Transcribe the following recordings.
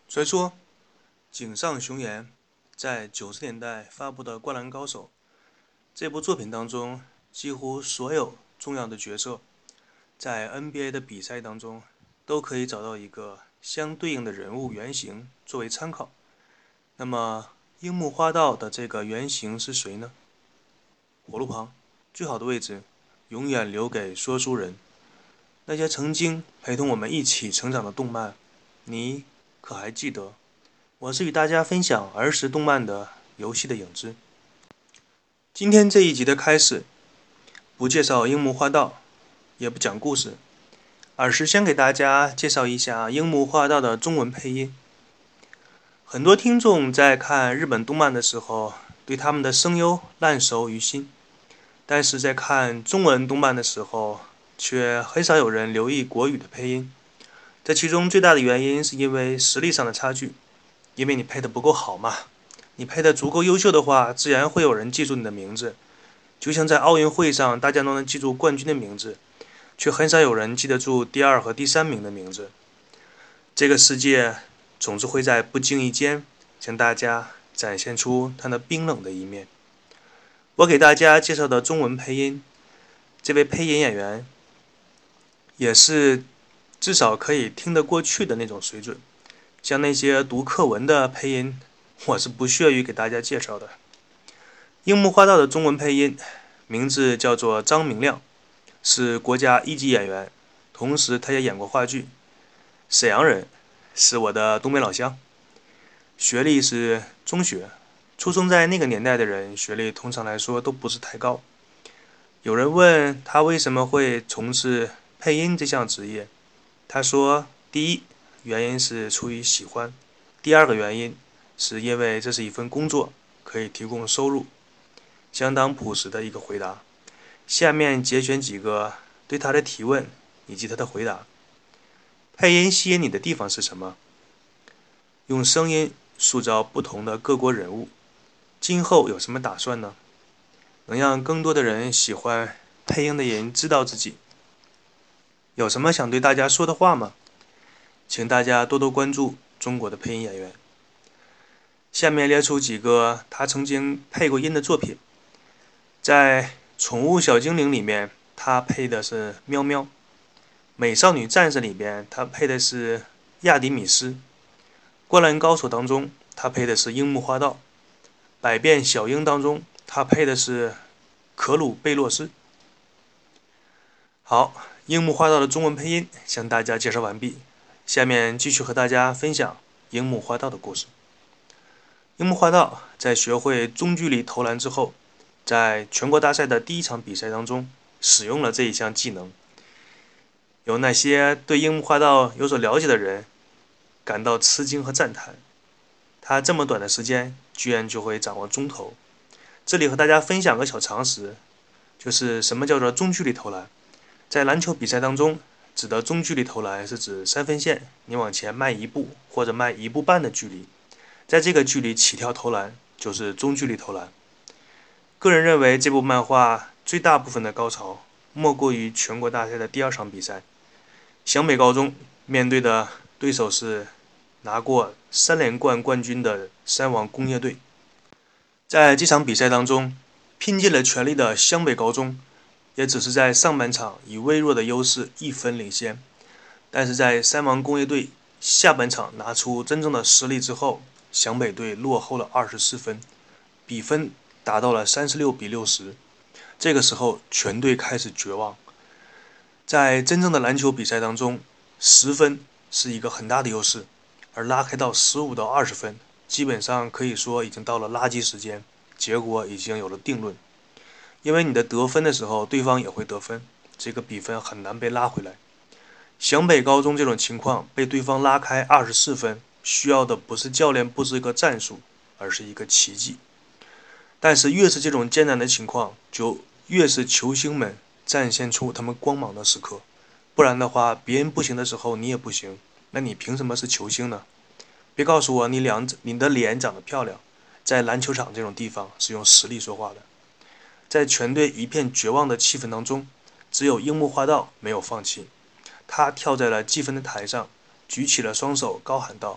传说井上雄彦在90年代发布的《灌篮高手》这部作品当中，几乎所有重要的角色在 NBA 的比赛当中都可以找到一个相对应的人物原型作为参考。那么，樱木花道的这个原型是谁呢？火炉旁，最好的位置永远留给说书人。那些曾经陪同我们一起成长的动漫，你可还记得？我是与大家分享儿时动漫的游戏的影子。今天这一集的开始，不介绍樱木花道，也不讲故事，而是先给大家介绍一下樱木花道的中文配音。很多听众在看日本动漫的时候，对他们的声优烂熟于心，但是在看中文动漫的时候，却很少有人留意国语的配音。这其中最大的原因是因为实力上的差距，因为你配的不够好嘛。你配的足够优秀的话，自然会有人记住你的名字。就像在奥运会上，大家都能记住冠军的名字，却很少有人记得住第2和第3名的名字。这个世界总是会在不经意间向大家展现出它那冰冷的一面。我给大家介绍的中文配音，这位配音演员也是至少可以听得过去的那种水准。像那些读课文的配音，我是不屑于给大家介绍的。樱木花道的中文配音名字叫做张明亮，是国家1级演员，同时他也演过话剧。沈阳人，是我的东北老乡。学历是中学，出生在那个年代的人，学历通常来说都不是太高。有人问他为什么会从事配音这项职业，他说：第一，原因是出于喜欢；第二个原因是因为这是一份工作，可以提供收入。相当朴实的一个回答。下面节选几个对他的提问以及他的回答。配音吸引你的地方是什么？用声音塑造不同的各国人物，今后有什么打算呢？能让更多的人喜欢配音的人知道自己。有什么想对大家说的话吗？请大家多多关注中国的配音演员。下面列出几个他曾经配过音的作品。在《宠物小精灵》里面，他配的是喵喵；美少女战士里边，他配的是亚迪米斯；灌篮高手当中，他配的是樱木花道；百变小樱当中，他配的是可鲁贝洛斯。好，樱木花道的中文配音向大家介绍完毕，下面继续和大家分享樱木花道的故事。樱木花道在学会中距离投篮之后，在全国大赛的第1场比赛当中使用了这一项技能。有那些对樱木花道有所了解的人感到吃惊和赞叹，他这么短的时间居然就会掌握中投。这里和大家分享个小常识，就是什么叫做中距离投篮。在篮球比赛当中，指的中距离投篮是指3分线你往前迈1步或者迈1步半的距离，在这个距离起跳投篮就是中距离投篮。个人认为这部漫画最大部分的高潮莫过于全国大赛的第2场比赛，湘北高中面对的对手是拿过3连冠冠军的山王工业队。在这场比赛当中，拼尽了全力的湘北高中也只是在上半场以微弱的优势1分领先，但是在山王工业队下半场拿出真正的实力之后，湘北队落后了24分，比分达到了36比60。这个时候全队开始绝望。在真正的篮球比赛当中，10分是一个很大的优势，而拉开到15到20分，基本上可以说已经到了垃圾时间，结果已经有了定论。因为你的得分的时候，对方也会得分，这个比分很难被拉回来。湘北高中这种情况被对方拉开24分，需要的不是教练布置一个战术，而是一个奇迹。但是越是这种艰难的情况，就越是球星们展现出他们光芒的时刻。不然的话，别人不行的时候你也不行，那你凭什么是球星呢？别告诉我你的脸长得漂亮，在篮球场这种地方是用实力说话的。在全队一片绝望的气氛当中，只有樱木花道没有放弃。他跳在了计分的台上，举起了双手，高喊道：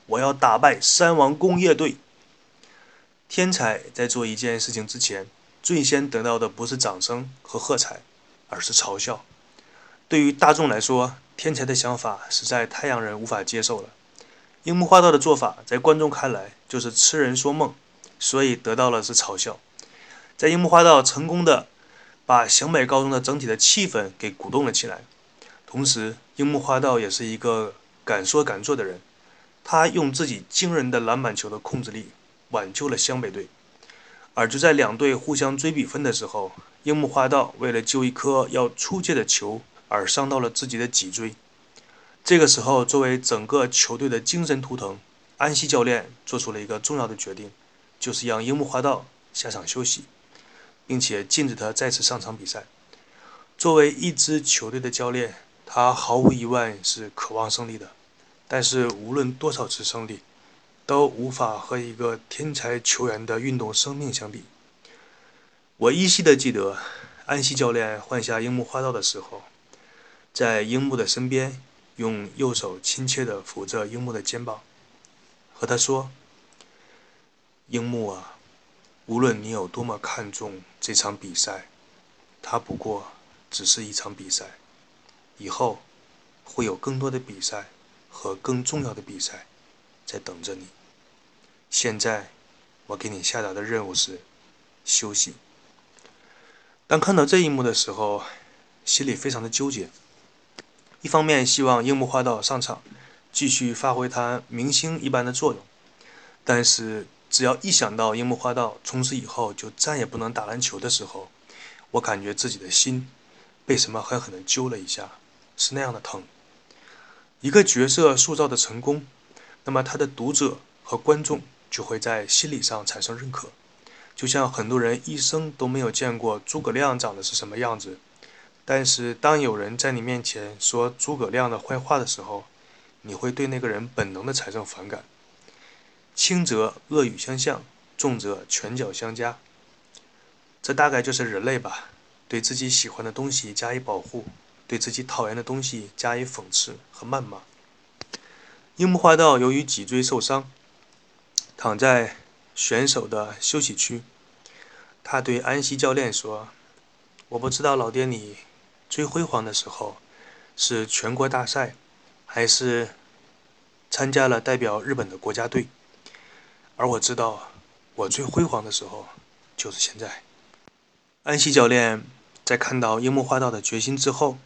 我要打败三王工业队。天才在做一件事情之前，最先得到的不是掌声和喝彩，而是嘲笑。对于大众来说，天才的想法实在太让人无法接受了。樱木花道的做法在观众看来就是痴人说梦，所以得到了是嘲笑。在樱木花道成功的把湘北高中的整体的气氛给鼓动了起来，同时樱木花道也是一个敢说敢做的人，他用自己惊人的篮板球的控制力挽救了湘北队。而就在两队互相追比分的时候，樱木花道为了救一颗要出界的球而伤到了自己的脊椎。这个时候，作为整个球队的精神图腾，安西教练做出了一个重要的决定，就是让樱木花道下场休息，并且禁止他再次上场比赛。作为一支球队的教练，他毫无疑问是渴望胜利的，但是无论多少次胜利，都无法和一个天才球员的运动生命相比。我依稀的记得，安西教练换下樱木花道的时候，在樱木的身边，用右手亲切地抚着樱木的肩膀，和他说：樱木啊，无论你有多么看重这场比赛，它不过只是一场比赛，以后会有更多的比赛和更重要的比赛在等着你。现在我给你下达的任务是休息。当看到这一幕的时候，心里非常的纠结。一方面希望樱木花道上场，继续发挥他明星一般的作用，但是只要一想到樱木花道从此以后就再也不能打篮球的时候，我感觉自己的心被什么狠狠地揪了一下，是那样的疼。一个角色塑造的成功，那么他的读者和观众就会在心理上产生认可。就像很多人一生都没有见过诸葛亮长得是什么样子，但是当有人在你面前说诸葛亮的坏话的时候，你会对那个人本能的产生反感。轻则恶语相向，重则拳脚相加。这大概就是人类吧，对自己喜欢的东西加以保护，对自己讨厌的东西加以讽刺和谩骂。樱木花道由于脊椎受伤，躺在选手的休息区，他对安西教练说：我不知道老爹你最辉煌的时候是全国大赛，还是参加了代表日本的国家队，而我知道我最辉煌的时候就是现在。安西教练在看到樱木花道的决心之后，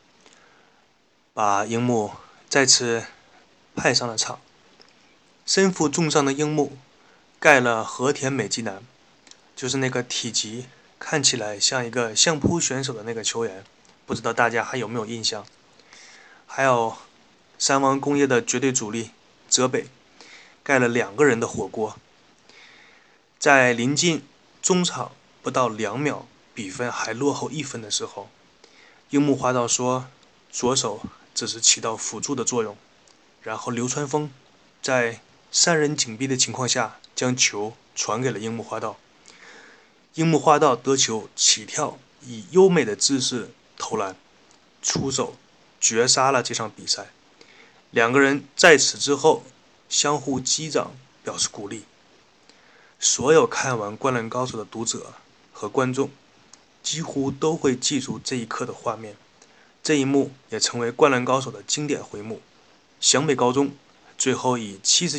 把樱木再次派上了场。身负重伤的樱木盖了和田美纪男，就是那个体积看起来像一个相扑选手的那个球员，不知道大家还有没有印象？还有三王工业的绝对主力泽北盖了2个人的火锅。在临近中场不到2秒，比分还落后1分的时候，樱木花道说左手只是起到辅助的作用，然后流川枫在3人紧逼的情况下将球传给了樱木花道。樱木花道得球起跳，以优美的姿势投篮出手，绝杀了这场比赛。2个人在此之后相互击掌表示鼓励。所有看完《灌篮高手》的读者和观众几乎都会记住这一刻的画面，这一幕也成为《灌篮高手》的经典回目。湘北高中最后以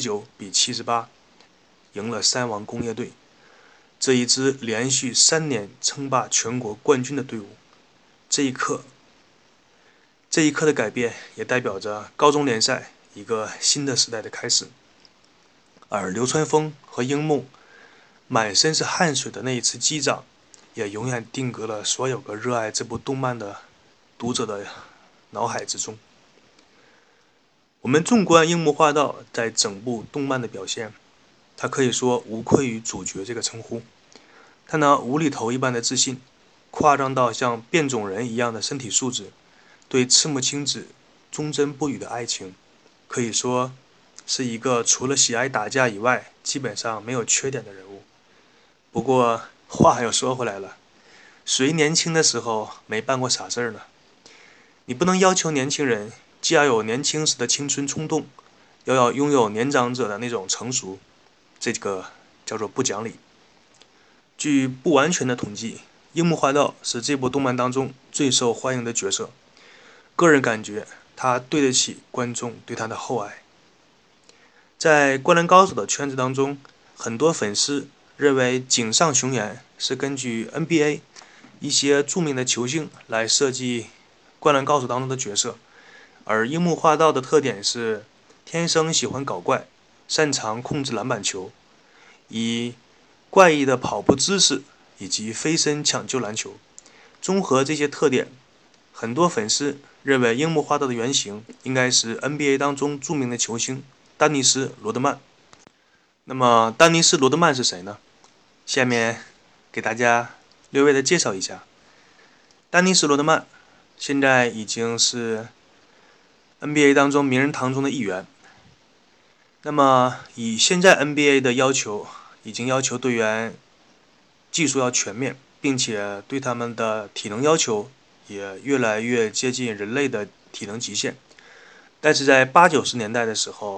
79-78赢了三王工业队，这一支连续3年称霸全国冠军的队伍。这一刻的改变也代表着高中联赛一个新的时代的开始。而流川枫和樱木满身是汗水的那一次击掌，也永远定格了所有个热爱这部动漫的读者的脑海之中。我们纵观樱木花道在整部动漫的表现，他可以说无愧于主角这个称呼。他那无厘头一般的自信，夸张到像变种人一样的身体素质，对赤木晴子忠贞不渝的爱情，可以说是一个除了喜爱打架以外基本上没有缺点的人物。不过话又说回来了，谁年轻的时候没办过傻事呢？你不能要求年轻人既要有年轻时的青春冲动， 要拥有年长者的那种成熟，这个叫做不讲理。据不完全的统计，樱木花道是这部动漫当中最受欢迎的角色，个人感觉他对得起观众对他的厚爱。在灌篮高手的圈子当中，很多粉丝认为井上雄彦是根据 NBA 一些著名的球星来设计灌篮高手当中的角色，而樱木花道的特点是天生喜欢搞怪，擅长控制篮板球，以怪异的跑步姿势以及飞身抢救篮球。综合这些特点，很多粉丝认为樱木花道的原型应该是 NBA 当中著名的球星丹尼斯·罗德曼。那么丹尼斯·罗德曼是谁呢？下面给大家略微的介绍一下。丹尼斯·罗德曼现在已经是 NBA 当中名人堂中的一员。那么以现在 NBA 的要求，已经要求队员技术要全面，并且对他们的体能要求也越来越接近人类的体能极限。但是在80、90年代的时候，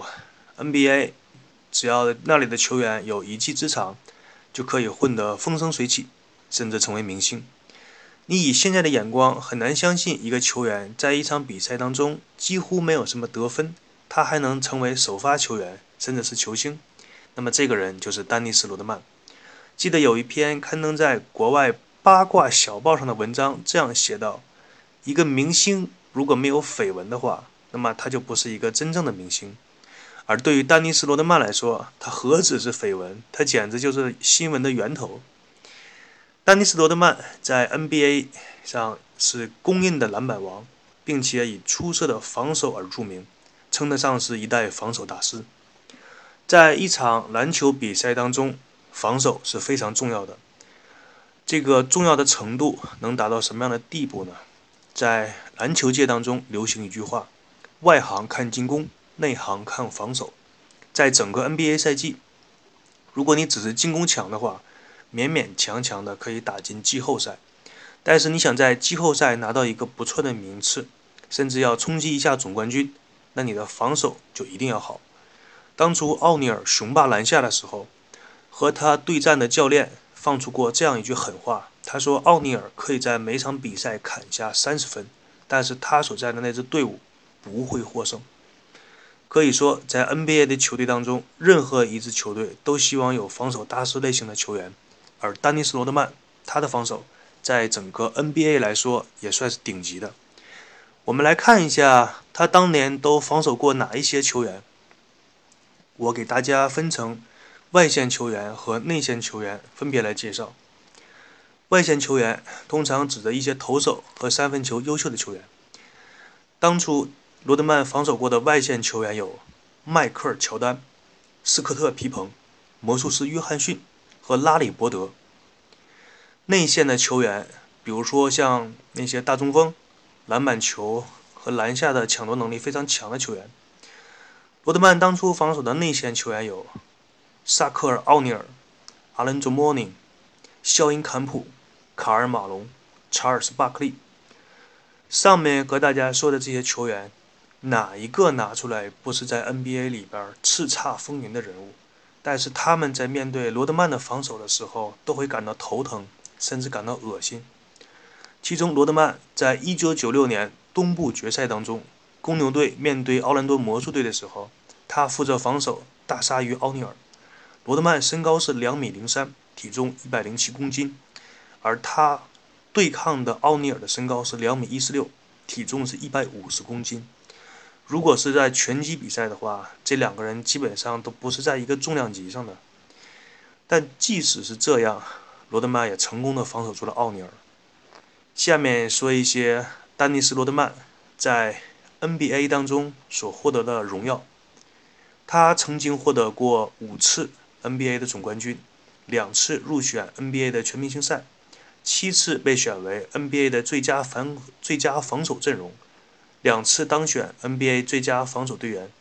NBA 只要那里的球员有一技之长，就可以混得风生水起，甚至成为明星。你以现在的眼光很难相信一个球员在一场比赛当中几乎没有什么得分，他还能成为首发球员，甚至是球星。那么这个人就是丹尼斯·罗德曼。记得有一篇刊登在国外八卦小报上的文章这样写道：一个明星如果没有绯闻的话，那么他就不是一个真正的明星。而对于丹尼斯·罗德曼来说，他何止是绯闻，他简直就是新闻的源头。丹尼斯·罗德曼在 NBA 上是公认的篮板王，并且以出色的防守而著名，称得上是一代防守大师。在一场篮球比赛当中，防守是非常重要的。这个重要的程度能达到什么样的地步呢？在篮球界当中流行一句话：外行看进攻，内行看防守。在整个 NBA 赛季，如果你只是进攻强的话，勉勉强强的可以打进季后赛。但是你想在季后赛拿到一个不错的名次，甚至要冲击一下总冠军，那你的防守就一定要好。当初奥尼尔雄霸篮下的时候，和他对战的教练放出过这样一句狠话，他说奥尼尔可以在每场比赛砍下30分，但是他所在的那支队伍不会获胜。可以说在 NBA 的球队当中，任何一支球队都希望有防守大师类型的球员，而丹尼斯·罗德曼他的防守在整个 NBA 来说也算是顶级的。我们来看一下他当年都防守过哪一些球员。我给大家分成外线球员和内线球员分别来介绍。外线球员通常指的一些投手和三分球优秀的球员。当初罗德曼防守过的外线球员有迈克尔·乔丹、斯科特·皮蓬、魔术师约翰逊和拉里·伯德。内线的球员，比如说像那些大中锋、篮板球和篮下的抢夺能力非常强的球员。罗德曼当初防守的内线球员有萨克尔·奥尼尔、阿伦佐·莫宁、肖因·坎普、卡尔·马龙、查尔斯·巴克利。上面和大家说的这些球员，哪一个拿出来不是在 NBA 里边叱咤风云的人物？但是他们在面对罗德曼的防守的时候，都会感到头疼，甚至感到恶心。其中，罗德曼在1996年东部决赛当中，公牛队面对奥兰多魔术队的时候，他负责防守大鲨鱼奥尼尔。罗德曼身高是2.03米，体重107公斤，而他对抗的奥尼尔的身高是2.16米，体重是150公斤。如果是在拳击比赛的话，这两个人基本上都不是在一个重量级上的。但即使是这样，罗德曼也成功的防守住了奥尼尔。下面说一些丹尼斯·罗德曼在 NBA 当中所获得的荣耀。他曾经获得过5次 NBA 的总冠军，2次入选 NBA 的全明星赛，7次被选为 NBA 的最佳防守阵容，2次当选 NBA 最佳防守队员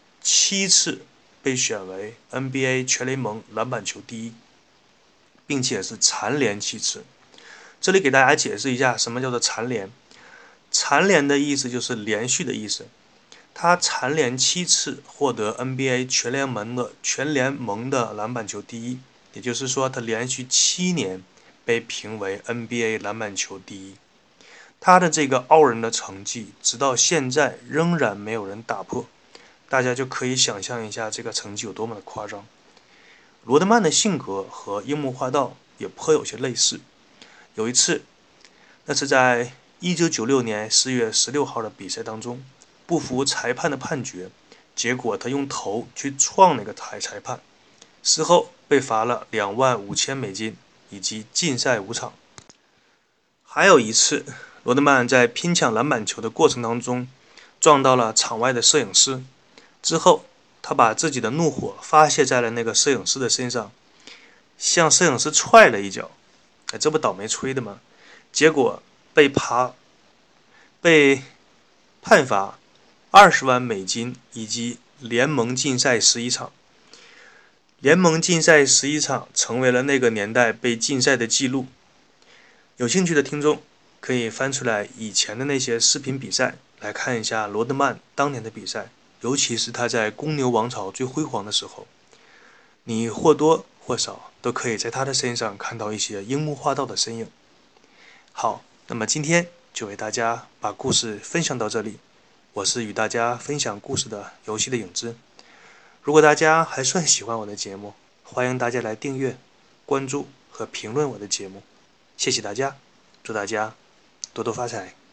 ，7次被选为 NBA 全联盟篮板球第一，并且是蝉联7次。这里给大家解释一下什么叫做蝉联。蝉联的意思就是连续的意思。 他蝉联7次获得 NBA 全联盟的篮板球第一，也就是说，他连续7年被评为 NBA 篮板球第一。他的这个傲人的成绩，直到现在仍然没有人打破。大家就可以想象一下这个成绩有多么的夸张。罗德曼的性格和樱木花道也颇有些类似。有一次，那是在1996年4月16号的比赛当中，不服裁判的判决，结果他用头去撞那个裁判，事后被罚了$25,000以及禁赛5场。还有一次，罗德曼在拼抢篮板球的过程当中撞到了场外的摄影师，之后他把自己的怒火发泄在了那个摄影师的身上，向摄影师踹了一脚。这不倒霉催的吗？结果被判罚$20万以及联盟禁赛11场。联盟禁赛11场成为了那个年代被禁赛的记录。有兴趣的听众可以翻出来以前的那些视频比赛，来看一下罗德曼当年的比赛，尤其是他在公牛王朝最辉煌的时候，你或多或少都可以在他的身上看到一些樱木花道的身影。好，那么今天就为大家把故事分享到这里，我是与大家分享故事的游戏的影子。如果大家还算喜欢我的节目，欢迎大家来订阅、关注和评论我的节目。谢谢大家，祝大家多多发财。